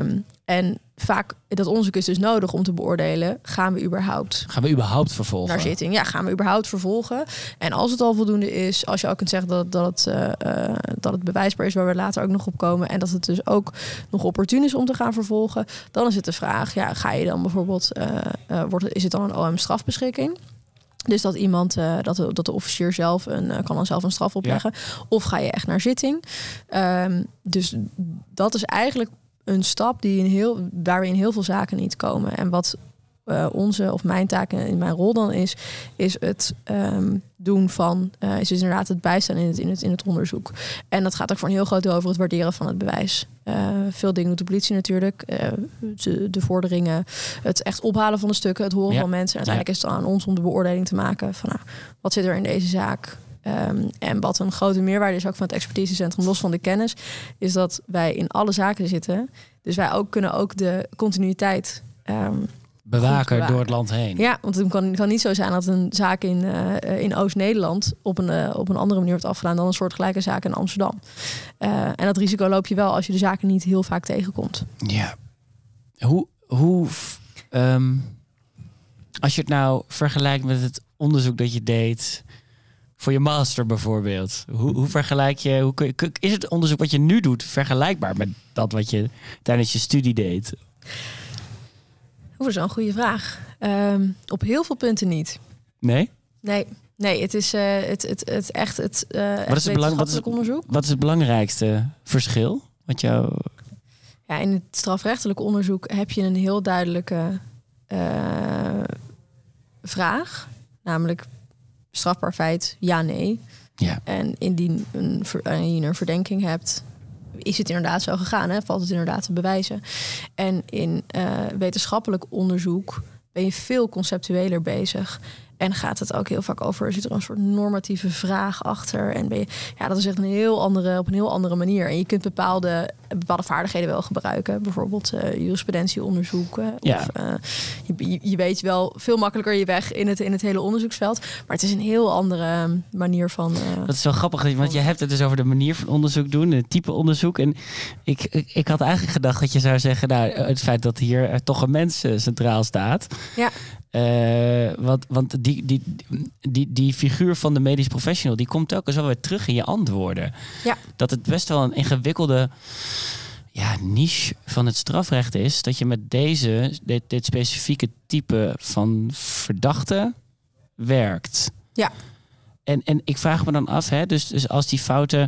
En vaak, dat onderzoek is dus nodig om te beoordelen, gaan we überhaupt... Gaan we überhaupt vervolgen? Naar zitting, ja, gaan we überhaupt vervolgen. En als het al voldoende is, als je ook kunt zeggen dat, dat, het, uh, uh, dat het bewijsbaar is, waar we later ook nog op komen, en dat het dus ook nog opportun is om te gaan vervolgen, dan is het de vraag, ja, ga je dan bijvoorbeeld, uh, uh, wordt het, is het dan een O M-strafbeschikking? Dus dat iemand, uh, dat, de, dat de officier zelf een, uh, kan dan zelf een straf opleggen. Ja. Of ga je echt naar zitting? Um, dus dat is eigenlijk een stap die in heel, waar we in heel veel zaken niet komen. En wat uh, onze of mijn taak in mijn rol dan is, is het um, doen van, uh, is dus inderdaad het bijstaan in het, in, het, in het onderzoek. En dat gaat ook voor een heel groot deel over het waarderen van het bewijs. Uh, veel dingen doet de politie natuurlijk. Uh, de, de vorderingen, het echt ophalen van de stukken, het horen ja. van mensen. En uiteindelijk ja. is het aan ons om de beoordeling te maken van, nou, wat zit er in deze zaak? Um, en wat een grote meerwaarde is ook van het expertisecentrum, los van de kennis, is dat wij in alle zaken zitten. Dus wij ook kunnen ook de continuïteit um, bewaken door het land heen. Ja, want het kan, kan niet zo zijn dat een zaak in, uh, in Oost-Nederland op een, uh, op een andere manier wordt afgedaan dan een soortgelijke zaak in Amsterdam. Uh, en dat risico loop je wel als je de zaken niet heel vaak tegenkomt. Ja. Hoe, hoe um, als je het nou vergelijkt met het onderzoek dat je deed voor je master bijvoorbeeld. Hoe, hoe vergelijk je, hoe kun je, is het onderzoek wat je nu doet vergelijkbaar met dat wat je tijdens je studie deed? Dat is wel een goede vraag. Um, op heel veel punten niet. Nee? Nee, nee, het is uh, het, het, het echt het uh, wat is het belang, wat is, onderzoek. Wat is het belangrijkste verschil? Wat jou... Ja, in het strafrechtelijk onderzoek heb je een heel duidelijke uh, vraag, namelijk strafbaar feit, ja, nee. Ja. En indien een, je een verdenking hebt, is het inderdaad zo gegaan, hè? Valt het inderdaad te bewijzen. En in uh, wetenschappelijk onderzoek ben je veel conceptueler bezig. En gaat het ook heel vaak over, zit er een soort normatieve vraag achter. En ben je, ja, dat is echt een heel andere, op een heel andere manier. En je kunt bepaalde, bepaalde vaardigheden wel gebruiken. Bijvoorbeeld uh, jurisprudentieonderzoek. Uh, ja. Of uh, je, je weet wel veel makkelijker je weg in het, in het hele onderzoeksveld. Maar het is een heel andere manier van... Uh, dat is wel grappig, want je hebt het dus over de manier van onderzoek doen. Het type onderzoek. En ik, ik, ik had eigenlijk gedacht dat je zou zeggen, nou, het feit dat hier uh, toch een mens uh, centraal staat. Ja. Uh, want want die, die, die, die figuur van de medisch professional, die komt telkens wel weer terug in je antwoorden. Ja. Dat het best wel een ingewikkelde ja, niche van het strafrecht is. Dat je met deze, dit, dit specifieke type van verdachte werkt. Ja. En, en ik vraag me dan af, hè, dus, dus als die fouten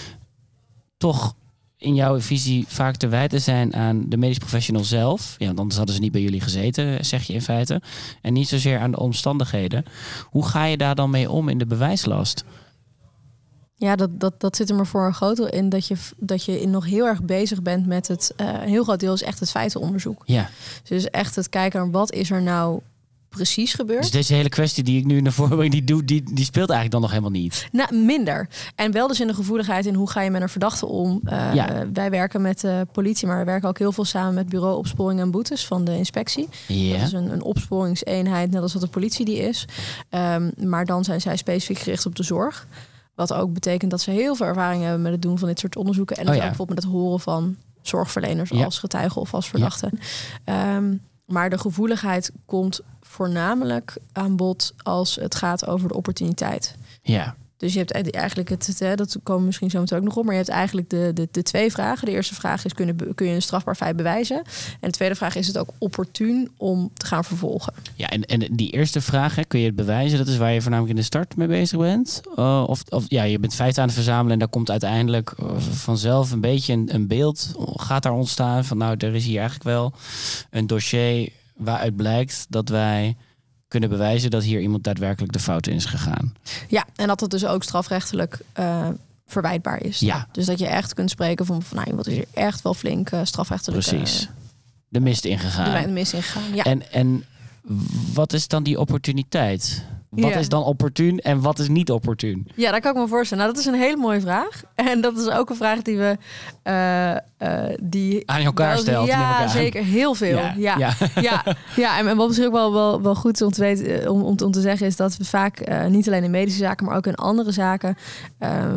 toch in jouw visie vaak te wijten zijn aan de medisch professional zelf. Ja, want anders hadden ze niet bij jullie gezeten, zeg je in feite. En niet zozeer aan de omstandigheden. Hoe ga je daar dan mee om in de bewijslast? Ja, dat, dat, dat zit er maar voor een groot deel in dat je, dat je nog heel erg bezig bent met het... Uh, een heel groot deel is echt het feitenonderzoek. Ja. Dus echt het kijken naar wat is er nou precies gebeurd. Dus deze hele kwestie die ik nu naar voren breng, die, doe, die, die speelt eigenlijk dan nog helemaal niet? Nou, minder. En wel dus in de gevoeligheid in hoe ga je met een verdachte om. Uh, ja. Wij werken met de uh, politie, maar we werken ook heel veel samen met bureau opsporing en boetes van de inspectie. Ja. Dat is een, een opsporingseenheid, net als dat de politie die is. Um, maar dan zijn zij specifiek gericht op de zorg. Wat ook betekent dat ze heel veel ervaring hebben met het doen van dit soort onderzoeken. En oh, ja. ook bijvoorbeeld met het horen van zorgverleners ja. als getuigen of als verdachten. Ja. Um, maar de gevoeligheid komt voornamelijk aan bod als het gaat over de opportuniteit. Ja. Dus je hebt eigenlijk het, het hè, dat komen we misschien zo meteen ook nog op, maar je hebt eigenlijk de, de, de twee vragen. De eerste vraag is, kun je, kun je een strafbaar feit bewijzen? En de tweede vraag is, het ook opportun om te gaan vervolgen? Ja, en, en die eerste vraag, hè, kun je het bewijzen? Dat is waar je voornamelijk in de start mee bezig bent? Uh, of, of ja, je bent feiten aan het verzamelen en daar komt uiteindelijk vanzelf een beetje een, een beeld gaat daar ontstaan van, nou, er is hier eigenlijk wel een dossier waaruit blijkt dat wij kunnen bewijzen dat hier iemand daadwerkelijk de fout in is gegaan. Ja, en dat het dus ook strafrechtelijk uh, verwijtbaar is. Ja. Dus dat je echt kunt spreken van, van nou, iemand is hier echt wel flink uh, strafrechtelijk. Precies. Uh, de mist ingegaan. De, de mist ingegaan, ja. En, en wat is dan die opportuniteit? Wat ja. is dan opportun en wat is niet opportun? Ja, dat kan ik me voorstellen. Nou, dat is een hele mooie vraag. En dat is ook een vraag die we uh, uh, die aan elkaar stelt. Ja, elkaar. zeker. Heel veel. Ja, ja. ja. ja. ja. En, en wat misschien ook wel, wel, wel goed is om te weten, om, om, om te zeggen, is dat we vaak uh, niet alleen in medische zaken, maar ook in andere zaken, um,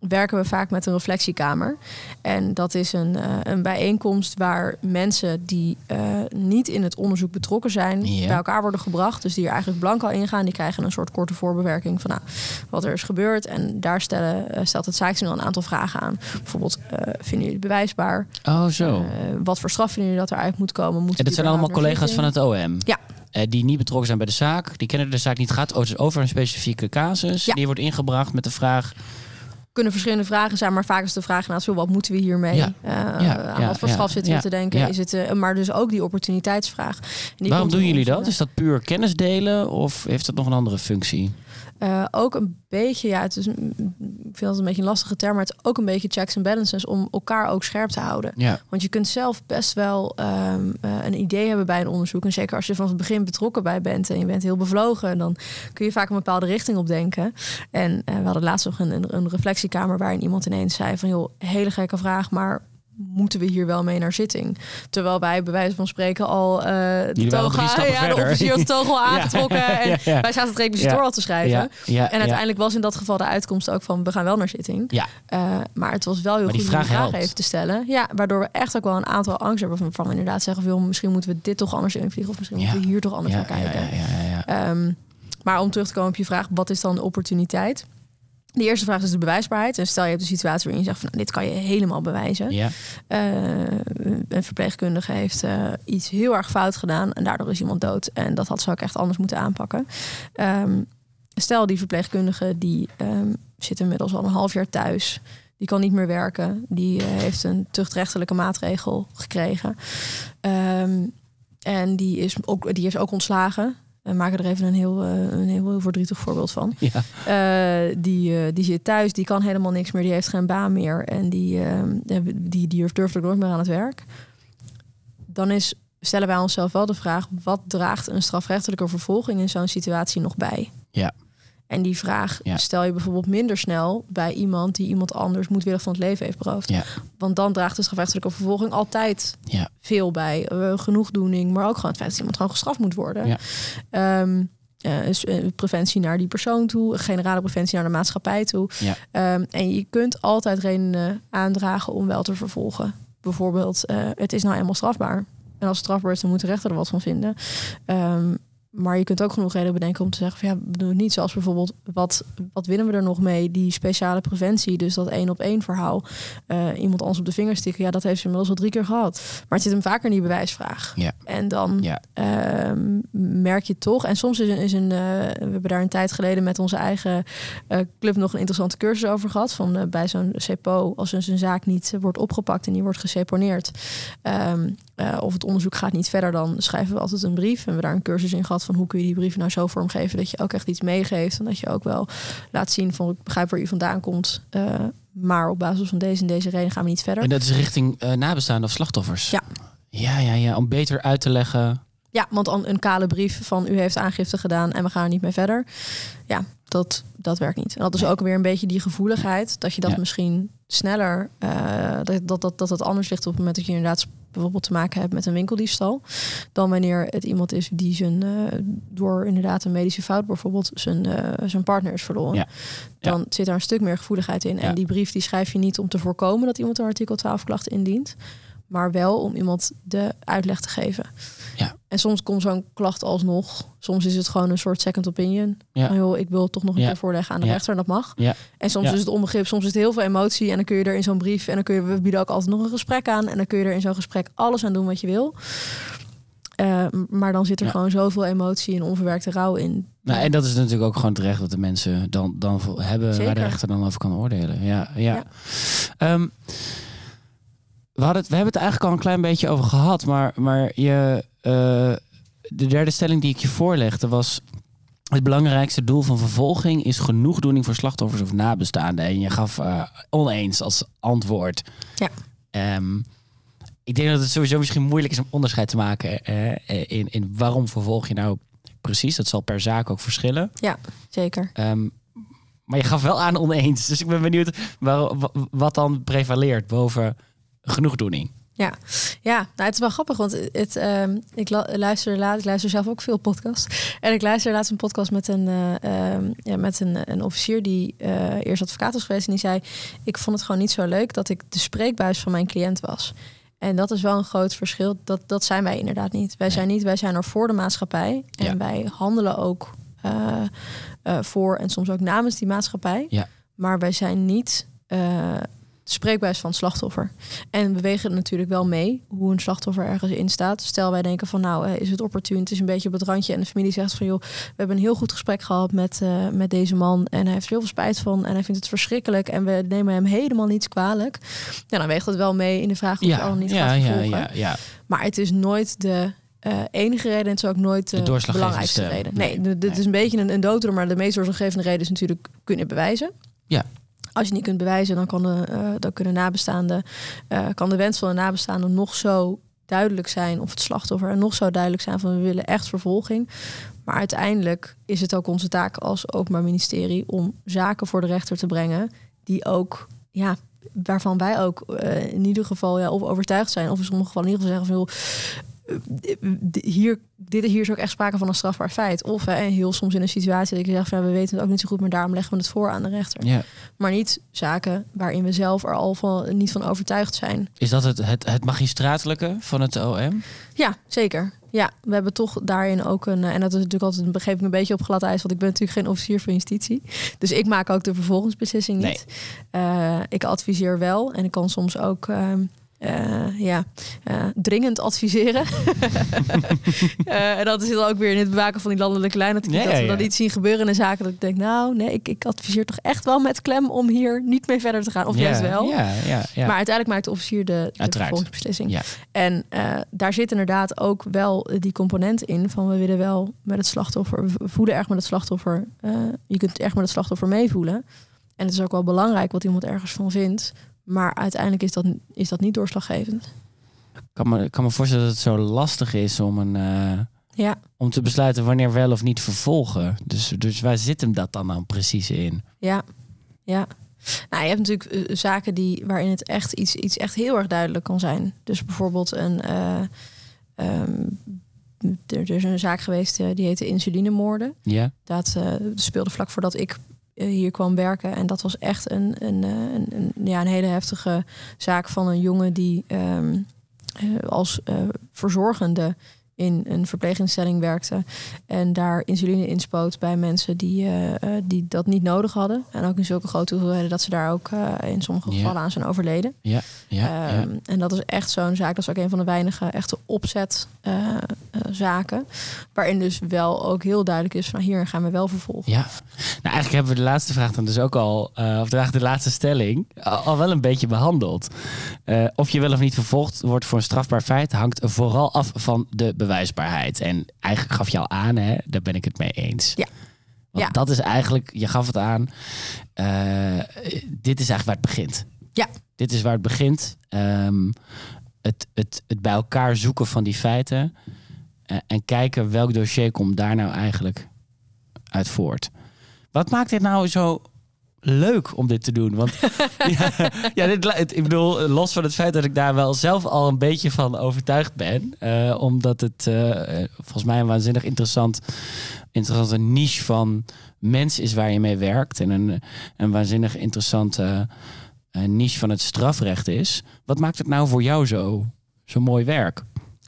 werken we vaak met een reflectiekamer. En dat is een, uh, een bijeenkomst waar mensen die uh, niet in het onderzoek betrokken zijn, ja. bij elkaar worden gebracht. Dus die er eigenlijk blanco ingaan. Die krijgen een soort korte voorbewerking van nou, wat er is gebeurd. En daar stellen, uh, stelt het zaaksignaal een aantal vragen aan. Bijvoorbeeld, uh, vinden jullie het bewijsbaar? Oh, zo. Uh, wat voor straf vinden jullie dat eruit moet komen? Moet en dat zijn allemaal collega's van het O M? Ja. Uh, die niet betrokken zijn bij de zaak. Die kennen de zaak niet. Gaat oh, over een specifieke casus. Ja. Die wordt ingebracht met de vraag... kunnen verschillende vragen zijn, maar vaak is de vraag nou, wat moeten we hiermee? Ja. Uh, ja, aan ja, wat voor straf ja, zitten we ja, te denken? Ja. Is het, uh, maar dus ook die opportuniteitsvraag. En die Waarom doen jullie dat? Is dat puur kennis delen of heeft het nog een andere functie? Uh, ook een beetje, ja, het is, ik vind het een beetje een lastige term, maar het is ook een beetje checks en balances om elkaar ook scherp te houden. Ja. Want je kunt zelf best wel um, uh, een idee hebben bij een onderzoek. En zeker als je van het begin betrokken bij bent en je bent heel bevlogen, dan kun je vaak een bepaalde richting op denken. En uh, we hadden laatst nog een, een, een reflectiekamer waarin iemand ineens zei van, joh, hele gekke vraag, maar moeten we hier wel mee naar zitting? Terwijl wij bij wijze van spreken al uh, de toga, ja, de officier had de toga al aangetrokken. Ja. En ja, ja. wij zaten het requisitor ja. al te schrijven. Ja. Ja. En uiteindelijk ja. was in dat geval de uitkomst ook van, we gaan wel naar zitting. Ja. Uh, maar het was wel heel maar goed om die vraag even te stellen. Ja, waardoor we echt ook wel een aantal angst hebben van, van inderdaad zeggen van, misschien moeten we dit toch anders invliegen of misschien ja. moeten we hier toch anders ja. naar kijken. Ja, ja, ja, ja. Um, maar om terug te komen op je vraag, wat is dan de opportuniteit? De eerste vraag is de bewijsbaarheid. En stel je hebt een situatie waarin je zegt van, nou, dit kan je helemaal bewijzen. Ja. Uh, een verpleegkundige heeft uh, iets heel erg fout gedaan en daardoor is iemand dood. En dat had ze ook echt anders moeten aanpakken. Um, stel die verpleegkundige die um, zit inmiddels al een half jaar thuis. Die kan niet meer werken. Die uh, heeft een tuchtrechtelijke maatregel gekregen. Um, en die is ook, die is ook ontslagen. We maken er even een heel, uh, een heel, heel verdrietig voorbeeld van. Ja. Uh, die, uh, die zit thuis, die kan helemaal niks meer, die heeft geen baan meer en die, uh, die, die durft ook nooit meer aan het werk. Dan is, stellen wij onszelf wel de vraag, wat draagt een strafrechtelijke vervolging in zo'n situatie nog bij? Ja. En die vraag ja. stel je bijvoorbeeld minder snel bij iemand die iemand anders moedwillig van het leven heeft beroofd. Ja. Want dan draagt de strafrechtelijke vervolging altijd ja. veel bij. Uh, genoegdoening, maar ook gewoon het feit dat iemand gewoon gestraft moet worden. Ja. Um, uh, preventie naar die persoon toe, generale preventie naar de maatschappij toe. Ja. Um, en je kunt altijd redenen aandragen om wel te vervolgen. Bijvoorbeeld, uh, het is nou eenmaal strafbaar. En als het strafbaar is, dan moet de rechter er wat van vinden. Um, Maar je kunt ook genoeg reden bedenken om te zeggen van ja, we doen het niet. Zoals bijvoorbeeld, wat, wat winnen we er nog mee? Die speciale preventie, dus dat één op één verhaal. Uh, iemand anders op de vinger stikken, ja, dat heeft ze inmiddels al drie keer gehad. Maar het zit hem vaker in die bewijsvraag. Ja. En dan ja. uh, merk je toch, en soms is een, is een uh, we hebben daar een tijd geleden met onze eigen uh, club nog een interessante cursus over gehad. Van uh, bij zo'n C E P O, als een zaak niet wordt opgepakt en die wordt geseponeerd. Um, uh, of het onderzoek gaat niet verder, dan schrijven we altijd een brief. En we hebben daar een cursus in gehad van hoe kun je die brief nou zo vormgeven dat je ook echt iets meegeeft. En dat je ook wel laat zien van ik begrijp waar je vandaan komt. Uh, maar op basis van deze en deze reden gaan we niet verder. En dat is richting uh, nabestaanden of slachtoffers? Ja. Ja, ja, ja. Om beter uit te leggen. Ja, want een kale brief van u heeft aangifte gedaan en we gaan er niet mee verder. Ja, dat, dat werkt niet. En dat is ook weer een beetje die gevoeligheid. Dat je dat ja. misschien sneller, uh, dat, dat, dat, dat het anders ligt op het moment dat je inderdaad bijvoorbeeld te maken hebt met een winkeldiefstal. Dan wanneer het iemand is die zijn, uh, door inderdaad een medische fout bijvoorbeeld zijn, uh, zijn partner is verloren. Ja. Dan ja. zit daar een stuk meer gevoeligheid in. Ja. En die brief die schrijf je niet om te voorkomen dat iemand een artikel twaalf klacht indient. Maar wel om iemand de uitleg te geven. Ja. En soms komt zo'n klacht alsnog. Soms is het gewoon een soort second opinion. Ja. Van, joh, ik wil het toch nog een ja. keer voorleggen aan de ja. rechter en dat mag. Ja. En soms ja. is het onbegrip, soms is het heel veel emotie. En dan kun je er in zo'n brief, en dan kun je, we bieden ook altijd nog een gesprek aan. En dan kun je er in zo'n gesprek alles aan doen wat je wil. Uh, maar dan zit er ja. gewoon zoveel emotie en onverwerkte rouw in. Nou, en dat is natuurlijk ook gewoon terecht dat de mensen dan, dan hebben Zeker. waar de rechter dan over kan oordelen. Ja, ja. ja. Um, we, hadden het, we hebben het eigenlijk al een klein beetje over gehad, maar, maar je, uh, de derde stelling die ik je voorlegde was: het belangrijkste doel van vervolging is genoegdoening voor slachtoffers of nabestaanden. En je gaf uh, oneens als antwoord. Ja. Um, ik denk dat het sowieso misschien moeilijk is om onderscheid te maken uh, in, in waarom vervolg je nou precies. Dat zal per zaak ook verschillen. Ja, zeker. Um, maar je gaf wel aan oneens. Dus ik ben benieuwd waar, wat dan prevaleert boven genoegdoening. Ja, ja nou, het is wel grappig, want het, um, ik luister laat, ik luister zelf ook veel podcasts. En ik luister laatst een podcast met een, uh, um, ja, met een, een officier die uh, eerst advocaat was geweest. En die zei, ik vond het gewoon niet zo leuk dat ik de spreekbuis van mijn cliënt was. En dat is wel een groot verschil. Dat, dat zijn wij inderdaad niet. Wij zijn niet, wij zijn er voor de maatschappij. En ja. wij handelen ook uh, uh, voor en soms ook namens die maatschappij. Ja. Maar wij zijn niet uh, de spreekbuis van het slachtoffer. En we wegen natuurlijk wel mee hoe een slachtoffer ergens in staat. Stel wij denken van nou, is het opportun? Het is een beetje op het randje. En de familie zegt van joh, we hebben een heel goed gesprek gehad met, uh, met deze man. En hij heeft er heel veel spijt van. En hij vindt het verschrikkelijk. En we nemen hem helemaal niets kwalijk. Ja, dan weegt dat wel mee in de vraag of ja, je al niet ja, gaat vervolgen. Ja, ja, ja. Maar het is nooit de uh, enige reden. En het is ook nooit de, de belangrijkste reden. Nee, nee, dit nee. is een beetje een, een dooddoener. Maar de meest doorslaggevende reden is natuurlijk kunnen bewijzen. Ja. Als je niet kunt bewijzen, dan, kan de, uh, dan kunnen nabestaanden, uh, kan de wens van de nabestaanden nog zo duidelijk zijn, of het slachtoffer nog zo duidelijk zijn van we willen echt vervolging. Maar uiteindelijk is het ook onze taak als Openbaar Ministerie om zaken voor de rechter te brengen die ook, ja, waarvan wij ook uh, in ieder geval ja, of overtuigd zijn, of in sommige gevallen in ieder geval zeggen van hier, dit hier is ook echt sprake van een strafbaar feit. Of hè, heel soms in een situatie dat ik zeg van ja, we weten het ook niet zo goed, maar daarom leggen we het voor aan de rechter. Ja. Maar niet zaken waarin we zelf er al van, niet van overtuigd zijn. Is dat het, het, het magistraatelijke van het O M? Ja, zeker. Ja, we hebben toch daarin ook een... En dat is natuurlijk altijd, begreep ik een beetje op glad ijs, want ik ben natuurlijk geen officier van justitie. Dus ik maak ook de vervolgingsbeslissing niet. Nee. Uh, ik adviseer wel en ik kan soms ook... Uh, Uh, ja, uh, dringend adviseren. uh, en dat is dan ook weer in het bewaken van die landelijke lijn. Dat, ik, ja, dat we ja. dan iets zien gebeuren in de zaken. Dat ik denk, nou, nee, ik, ik adviseer toch echt wel met klem om hier niet mee verder te gaan. Of ja, juist wel. Ja, ja, ja. Maar uiteindelijk maakt de officier de, de vervolgingsbeslissing. Ja. En uh, daar zit inderdaad ook wel die component in van we willen wel met het slachtoffer, we voelen erg met het slachtoffer. Uh, je kunt echt met het slachtoffer meevoelen. En het is ook wel belangrijk wat iemand ergens van vindt. Maar uiteindelijk is dat, is dat niet doorslaggevend. Ik kan me, kan me voorstellen dat het zo lastig is om, een, uh, ja. om te besluiten wanneer wel of niet vervolgen. Dus, dus waar zit hem dat dan, dan precies in? Ja, ja. Nou, je hebt natuurlijk uh, zaken die, waarin het echt iets, iets echt heel erg duidelijk kan zijn. Dus bijvoorbeeld een... Uh, um, er, er is een zaak geweest uh, die heette insulinemoorden. Ja. Dat uh, speelde vlak voordat ik... hier kwam werken. En dat was echt een, een, een, een, ja, een hele heftige zaak van een jongen die um, uh, als uh, verzorgende in een verpleeginstelling werkte. En daar insuline inspoot bij mensen die, uh, uh, die dat niet nodig hadden. En ook in zulke grote hoeveelheden dat ze daar ook uh, in sommige gevallen ja. aan zijn overleden. Ja. Ja, um, ja. En dat is echt zo'n zaak. Dat is ook een van de weinige echte opzet uh, uh, zaken. Waarin dus wel ook heel duidelijk is van hier gaan we wel vervolgen. Ja. Nou, eigenlijk hebben we de laatste vraag dan dus ook al, uh, of de, de laatste stelling, al, al wel een beetje behandeld. Uh, of je wel of niet vervolgd wordt voor een strafbaar feit hangt vooral af van de bewijsbaarheid. En eigenlijk gaf je al aan, hè, daar ben ik het mee eens. Ja. Want ja. dat is eigenlijk, je gaf het aan, uh, dit is eigenlijk waar het begint. Ja. Dit is waar het begint. Um, het, het, het bij elkaar zoeken van die feiten uh, en kijken welk dossier komt daar nou eigenlijk uit voort. Wat maakt dit nou zo leuk om dit te doen? Want ja, ja dit, het, ik bedoel, los van het feit dat ik daar wel zelf al een beetje van overtuigd ben. Uh, omdat het uh, volgens mij een waanzinnig interessant, interessante niche van mens is waar je mee werkt. En een, een waanzinnig interessante uh, niche van het strafrecht is. Wat maakt het nou voor jou zo, zo mooi werk?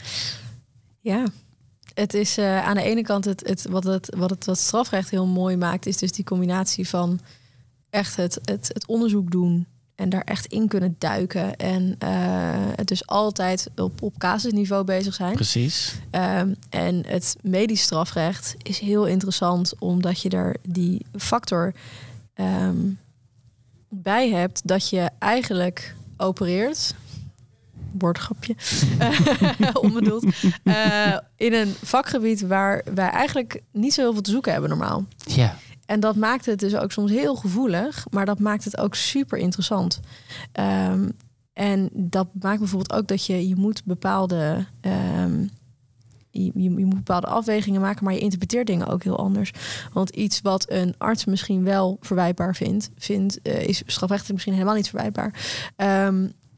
Ja, het is uh, aan de ene kant het, het, wat, het, wat het wat strafrecht heel mooi maakt, is dus die combinatie van echt het, het, het onderzoek doen en daar echt in kunnen duiken. En uh, het dus altijd op, op casusniveau bezig zijn. Precies. Um, en het medisch strafrecht is heel interessant, omdat je er die factor um, bij hebt dat je eigenlijk opereert. Woordgrapje. Onbedoeld. Uh, in een vakgebied waar wij eigenlijk niet zo heel veel te zoeken hebben normaal. Ja. En dat maakt het dus ook soms heel gevoelig, maar dat maakt het ook super interessant. Um, en dat maakt bijvoorbeeld ook dat je, je moet bepaalde um, je, je moet bepaalde afwegingen maken, maar je interpreteert dingen ook heel anders. Want iets wat een arts misschien wel verwijtbaar vindt, vindt uh, is strafrechtelijk misschien helemaal niet verwijtbaar. Um,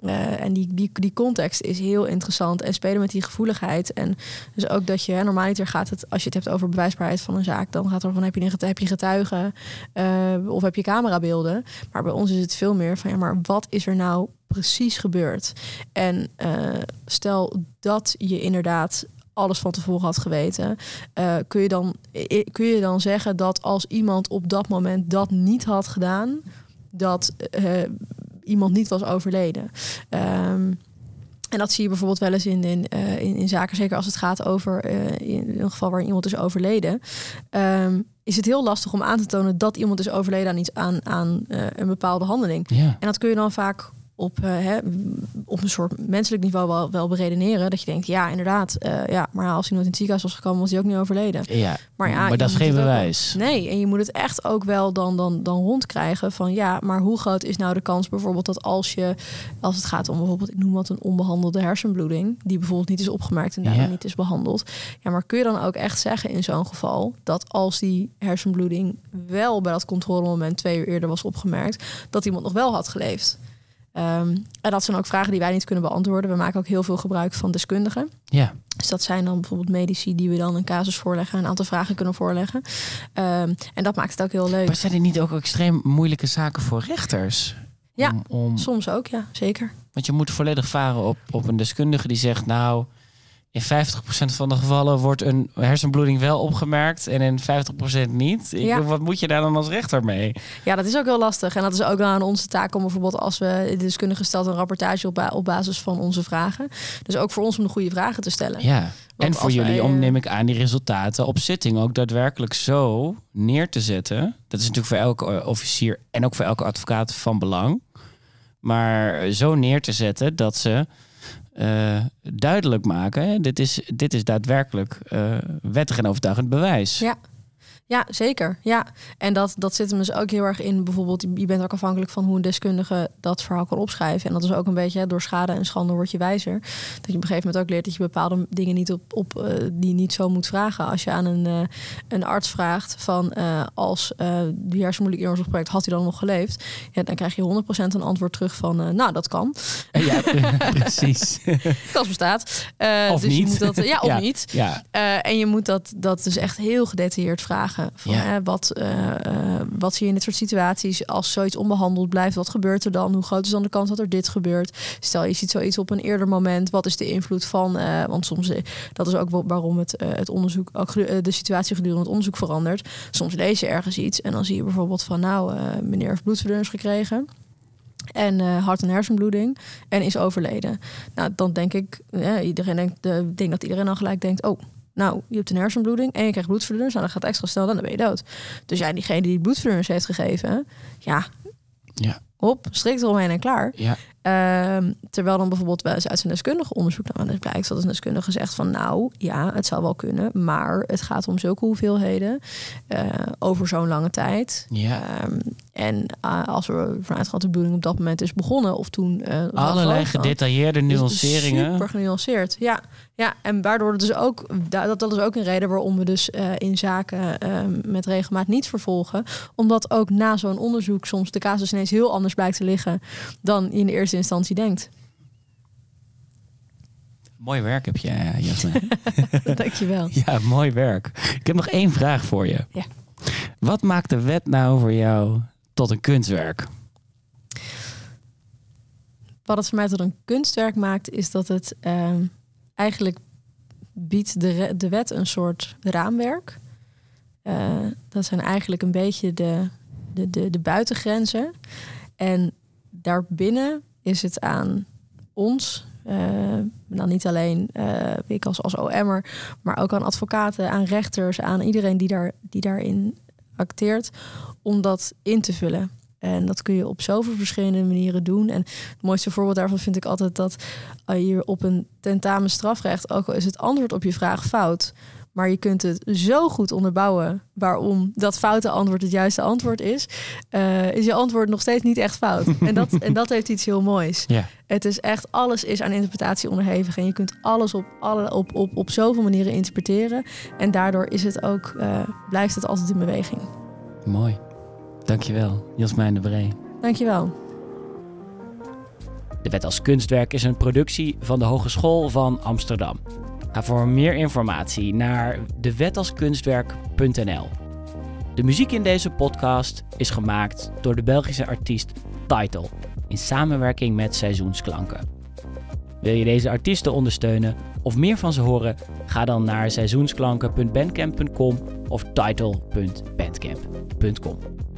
Uh, en die, die, die context is heel interessant. En spelen met die gevoeligheid. En dus ook dat je, hè, normaliter gaat het, als je het hebt over bewijsbaarheid van een zaak, dan gaat het over van heb je, heb je getuigen uh, of heb je camerabeelden. Maar bij ons is het veel meer van ja, maar wat is er nou precies gebeurd? En uh, stel dat je inderdaad alles van tevoren had geweten, uh, kun je dan, kun je dan zeggen dat als iemand op dat moment dat niet had gedaan, dat uh, iemand niet was overleden. Um, en dat zie je bijvoorbeeld wel eens in, in, uh, in, in zaken, zeker als het gaat over uh, in een geval waar iemand is overleden. Um, is het heel lastig om aan te tonen dat iemand is overleden aan iets aan, aan uh, een bepaalde handeling. Ja. En dat kun je dan vaak op, uh, hè, op een soort menselijk niveau wel, wel beredeneren. Dat je denkt, ja, inderdaad. Uh, ja, maar als hij nooit in het ziekenhuis was gekomen, was hij ook niet overleden. Ja, maar, ja, maar dat is geen bewijs. Ook, nee, en je moet het echt ook wel dan, dan, dan rondkrijgen van ja, maar hoe groot is nou de kans bijvoorbeeld dat als je, als het gaat om bijvoorbeeld, ik noem wat een onbehandelde hersenbloeding, die bijvoorbeeld niet is opgemerkt en daarom ja. niet is behandeld. Ja, maar kun je dan ook echt zeggen in zo'n geval dat als die hersenbloeding wel bij dat controlemoment twee uur eerder was opgemerkt, dat iemand nog wel had geleefd? Um, en dat zijn ook vragen die wij niet kunnen beantwoorden. We maken ook heel veel gebruik van deskundigen. Ja. Dus dat zijn dan bijvoorbeeld medici die we dan een casus voorleggen, een aantal vragen kunnen voorleggen. Um, en dat maakt het ook heel leuk. Maar zijn er niet ook extreem moeilijke zaken voor rechters? Ja, om, om... soms ook, ja, zeker. Want je moet volledig varen op, op een deskundige die zegt, nou, in vijftig procent van de gevallen wordt een hersenbloeding wel opgemerkt en in vijftig procent niet. Ik, ja. Wat moet je daar dan als rechter mee? Ja, dat is ook heel lastig. En dat is ook wel aan onze taak om bijvoorbeeld als we de deskundige stelt een rapportage op, ba- op basis van onze vragen. Dus ook voor ons om de goede vragen te stellen. Ja. Want en voor jullie wij, om, neem ik aan, die resultaten op zitting ook daadwerkelijk zo neer te zetten. Dat is natuurlijk voor elke officier en ook voor elke advocaat van belang. Maar zo neer te zetten dat ze Uh, duidelijk maken. Hè? Dit is, dit is daadwerkelijk uh, wettig en overtuigend bewijs. Ja. Ja, zeker. Ja. En dat, dat zit hem dus ook heel erg in. Bijvoorbeeld, je bent ook afhankelijk van hoe een deskundige dat verhaal kan opschrijven. En dat is ook een beetje, hè, door schade en schande word je wijzer. Dat je op een gegeven moment ook leert dat je bepaalde dingen niet op, op uh, die niet zo moet vragen. Als je aan een, uh, een arts vraagt van uh, als uh, die hersenbloeding was opgemerkt, had hij dan nog geleefd? Ja, dan krijg je honderd procent een antwoord terug van uh, nou, dat kan. Ja, precies. Kans bestaat. Uh, of dus niet. Je moet dat, ja, of ja, niet. Ja. Uh, en je moet dat, dat dus echt heel gedetailleerd vragen. Van, ja. hè, wat, uh, uh, wat zie je in dit soort situaties? Als zoiets onbehandeld blijft, wat gebeurt er dan? Hoe groot is dan de kans dat er dit gebeurt? Stel, je ziet zoiets op een eerder moment. Wat is de invloed van? Uh, want soms, uh, dat is ook waarom het, uh, het onderzoek, ook uh, de situatie gedurende het onderzoek verandert. Soms lees je ergens iets en dan zie je bijvoorbeeld van, nou, uh, meneer heeft bloedverdunners gekregen. En uh, hart- en hersenbloeding. En is overleden. Nou, dan denk ik, ja, iedereen denkt, uh, denk dat iedereen dan gelijk denkt, oh, nou, je hebt een hersenbloeding en je krijgt bloedverdunners. Nou, dat gaat extra snel, dan ben je dood. Dus ja, diegene die bloedverdunners heeft gegeven, ja, ja. op, strikt eromheen en klaar. Ja. Uh, terwijl dan bijvoorbeeld wel eens uit zijn deskundige onderzoek, nou, dan blijkt dat een deskundige zegt van, nou, ja, het zou wel kunnen, maar het gaat om zulke hoeveelheden uh, over zo'n lange tijd. Ja. Um, en uh, als we vanuit gaan de bloeding op dat moment is begonnen of toen uh, allerlei gedetailleerde nuanceringen. Super genuanceerd, ja. Ja, en waardoor dus ook, dat, dat is ook een reden waarom we dus uh, in zaken uh, met regelmaat niet vervolgen. Omdat ook na zo'n onderzoek soms de casus ineens heel anders blijkt te liggen dan je in de eerste instantie denkt. Mooi werk heb je, Jasmijn. Dankjewel. Ja, mooi werk. Ik heb nog één vraag voor je. Ja. Wat maakt de wet nou voor jou tot een kunstwerk? Wat het voor mij tot een kunstwerk maakt, is dat het uh, eigenlijk biedt de, re- de wet een soort raamwerk. Uh, dat zijn eigenlijk een beetje de, de, de, de buitengrenzen. En daarbinnen is het aan ons, uh, dan niet alleen uh, ik als, als O M'er, maar ook aan advocaten, aan rechters, aan iedereen die, daar, die daarin acteert, om dat in te vullen. En dat kun je op zoveel verschillende manieren doen. En het mooiste voorbeeld daarvan vind ik altijd dat je op een tentamen strafrecht, ook al is het antwoord op je vraag fout, maar je kunt het zo goed onderbouwen waarom dat foute antwoord het juiste antwoord is, uh, is je antwoord nog steeds niet echt fout. En dat, en dat heeft iets heel moois. Ja. Het is echt, alles is aan interpretatie onderhevig. En je kunt alles op, alle, op, op, op zoveel manieren interpreteren. En daardoor is het ook, uh, blijft het altijd in beweging. Mooi. Dankjewel, Jasmijn de Bree. Dankjewel. De Wet als Kunstwerk is een productie van de Hogeschool van Amsterdam. Ga voor meer informatie naar de wet als kunstwerk punt n l. De muziek in deze podcast is gemaakt door de Belgische artiest Title in samenwerking met Seizoensklanken. Wil je deze artiesten ondersteunen of meer van ze horen? Ga dan naar seizoensklanken punt bandcamp punt com of title punt bandcamp punt com.